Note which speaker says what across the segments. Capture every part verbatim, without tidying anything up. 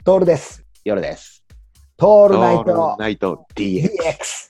Speaker 1: トールです。
Speaker 2: 夜です。
Speaker 1: トールナイ
Speaker 2: オール
Speaker 1: ト
Speaker 2: ナイト ディーエックス。
Speaker 1: ディーエックス。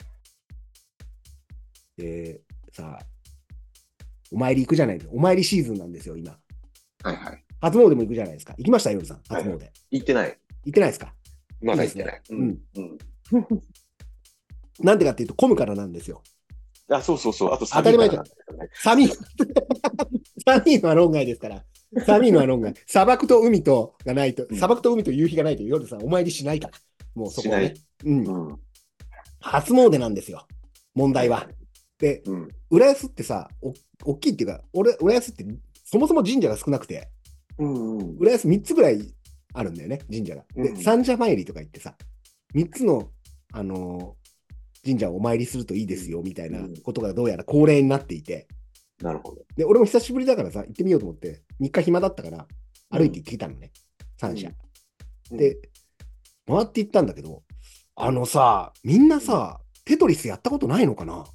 Speaker 1: えー、さあ、お参り行くじゃないですか。お参りシーズンなんですよ、今。
Speaker 2: はいはい。
Speaker 1: 初詣も行くじゃないですか。行きました、夜さん、初詣。
Speaker 2: はいはい。行ってない。
Speaker 1: 行ってないですか？
Speaker 2: ま
Speaker 1: いいですね。
Speaker 2: だ行ってない。う
Speaker 1: うん。
Speaker 2: ん。うん。
Speaker 1: なんでかっていうと、混むからなんですよ。
Speaker 2: あ、そうそうそう。あと寒いから
Speaker 1: 当たり前じゃん。
Speaker 2: なんだよね。
Speaker 1: 寒い。寒いのは論外ですから。寒いのは論外。砂漠と海とがないと、
Speaker 2: うん。
Speaker 1: 砂漠と海と夕日がないと夜さんお参りしないから。もうそこはね。
Speaker 2: しない。
Speaker 1: うん。
Speaker 2: うん。は
Speaker 1: 初詣なんですよ。問題は。
Speaker 2: いはい。
Speaker 1: で、
Speaker 2: うん。
Speaker 1: 浦安ってさ、お大きいっていうか、俺、浦安ってそもそも神社が少なくて、
Speaker 2: うんうん。
Speaker 1: 浦安みっつぐらいあるんだよね、神社が。で、
Speaker 2: うん。
Speaker 1: 三社参りとか言ってさ、みっつの、あのー神社をお参りするといいですよ、みたいな
Speaker 2: うん。
Speaker 1: ことがどうやら恒例になっていて、
Speaker 2: なるほど。
Speaker 1: で、俺も久しぶりだからさ、行ってみようと思って、みっか暇だったから、歩いて
Speaker 2: うん。
Speaker 1: 行ってきたのね、三社。
Speaker 2: うん。うん。
Speaker 1: で、回って行ったんだけど、あのさ、みんな
Speaker 2: うん。
Speaker 1: さ、テトリスやったことないのかな？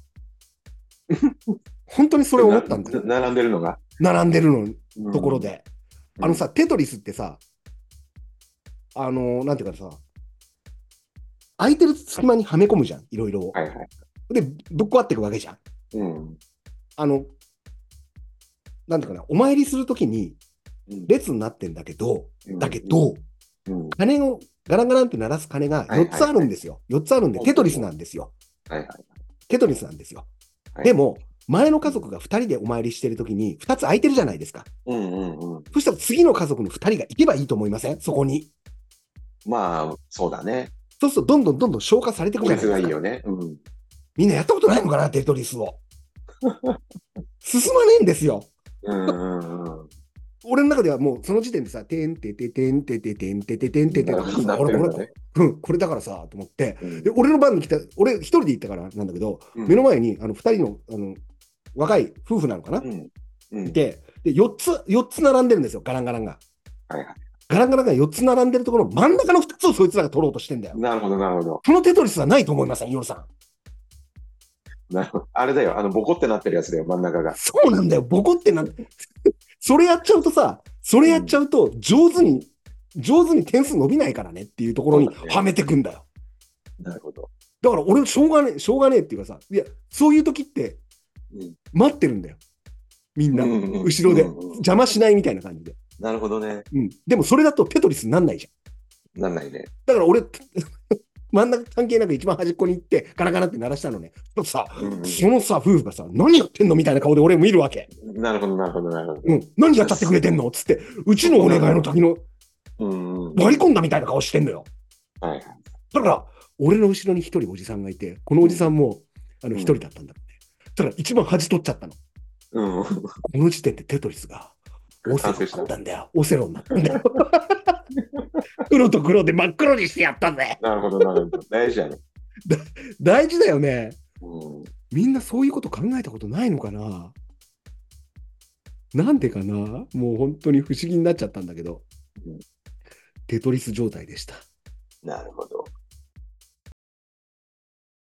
Speaker 1: 本当にそれ思
Speaker 2: な、
Speaker 1: ったんだよ。
Speaker 2: な並んでるのが。
Speaker 1: 並んでるの
Speaker 2: うん。
Speaker 1: ところで。あのさ、
Speaker 2: うん。
Speaker 1: テトリスってさ、あのーなんていうかさ、空いてる隙間にはめ込むじゃん、いろいろ。
Speaker 2: はいはい。
Speaker 1: で、ぶっ壊っていくわけじゃん。
Speaker 2: うん。
Speaker 1: あの、なんていうかな、お参りするときに
Speaker 2: うん。
Speaker 1: 列になってんだけど、
Speaker 2: うん。
Speaker 1: だけど、
Speaker 2: うん。
Speaker 1: 鐘をガランガランって鳴らす鐘が
Speaker 2: はい
Speaker 1: よっつ
Speaker 2: はいはい。
Speaker 1: あるんですよ。よっつあるんで、テトリス
Speaker 2: ほうほうほ
Speaker 1: なんですよ。
Speaker 2: う。はいはい。
Speaker 1: テトリスなんですよ。
Speaker 2: はい。
Speaker 1: でも、前の
Speaker 2: うん。
Speaker 1: 家族がふたりでお参りしてるときにふたつ空いてるじゃないですか。
Speaker 2: うんうんうん。
Speaker 1: そしたら次の家族のふたりが行けばいいと思いません？そこに。
Speaker 2: まあ、そうだね。
Speaker 1: そうすると、どんどんどんどん消化されていく
Speaker 2: 効率
Speaker 1: じゃないですか。
Speaker 2: がいいよね。うん。
Speaker 1: みんなやったことないのかな、テトリスを。進まねえんですよ。
Speaker 2: うんうんう
Speaker 1: 俺の中ではもうその時点でさ、てんてててんてててんてててんて
Speaker 2: ん。
Speaker 1: てとかさ、
Speaker 2: なるほど、なっ
Speaker 1: 俺、俺、
Speaker 2: てるんだね。
Speaker 1: うん、これだからさ、と思って、で、
Speaker 2: うん。
Speaker 1: 俺の番に来た、俺一人で行ったからなんだけど、
Speaker 2: うん。
Speaker 1: 目の前にあの二人の、あの、若い夫婦なのかな
Speaker 2: うん。うん。
Speaker 1: いて、で、よっつ、よっつ並んでるんですよ、ガランガランが。
Speaker 2: はいはい。
Speaker 1: ガランガランがよっつ並んでるところの真ん中のふたつをそいつらが取ろうとしてんだよ。
Speaker 2: なるほど、なるほど。
Speaker 1: このテトリスはないと思いません、ヨルさん。
Speaker 2: なるほど。あれだよ。あの、ボコってなってるやつだよ、真ん中が。
Speaker 1: そうなんだよ、ボコってなん、それやっちゃうとさ、それやっち
Speaker 2: うん。
Speaker 1: ゃうと、上手に、上手に点数伸びないからねっていうところに
Speaker 2: そうだね。
Speaker 1: はめてくんだよ。
Speaker 2: なるほど。
Speaker 1: だから俺、しょうがねえ、しょうがねえっていうかさ、いや、そういう時って
Speaker 2: うん。
Speaker 1: 待ってるんだよ。みん
Speaker 2: うん
Speaker 1: な。
Speaker 2: うん
Speaker 1: 後ろで。
Speaker 2: うんうん。
Speaker 1: 邪魔しないみたいな感じで。
Speaker 2: なるほどね。
Speaker 1: うん。でもそれだとテトリスになんないじゃん。
Speaker 2: なんないね。
Speaker 1: だから俺、真ん中関係なく一番端っこに行って、ガラガラって鳴らしたのね。ちょっとさ、
Speaker 2: うんう
Speaker 1: そのさ、夫婦がさ、何やってんのみたいな顔で俺見るわけ。
Speaker 2: ん。なるほど、なるほど、なるほど。
Speaker 1: うん。何やっちゃってく
Speaker 2: じゃあす
Speaker 1: れてんのつって、うち
Speaker 2: そ
Speaker 1: のお願い
Speaker 2: こなのよ。
Speaker 1: の時の
Speaker 2: うんうんうん。
Speaker 1: 割り込んだみたいな顔してんのよ。
Speaker 2: はいはい。
Speaker 1: だから、俺の後ろに一人おじさんがいて、このおじ
Speaker 2: うん。
Speaker 1: さんも、あの、一人
Speaker 2: うん。
Speaker 1: だったんだろうね。ただ、一番端取っちゃったの。
Speaker 2: うん。
Speaker 1: この時点でテトリスが、オセロになっ
Speaker 2: 完成した。
Speaker 1: たんだよ。オセロになったんだよ。黒と黒で真っ黒にしてやったんだよ。
Speaker 2: なるほど、なるほど。大事やね。
Speaker 1: だ大事だよね。
Speaker 2: うん。
Speaker 1: みんなそういうこと考えたことないのかな？なんでかな？もう本当に不思議になっちゃったんだけど、
Speaker 2: うん。
Speaker 1: テトリス状態でした。
Speaker 2: なるほど。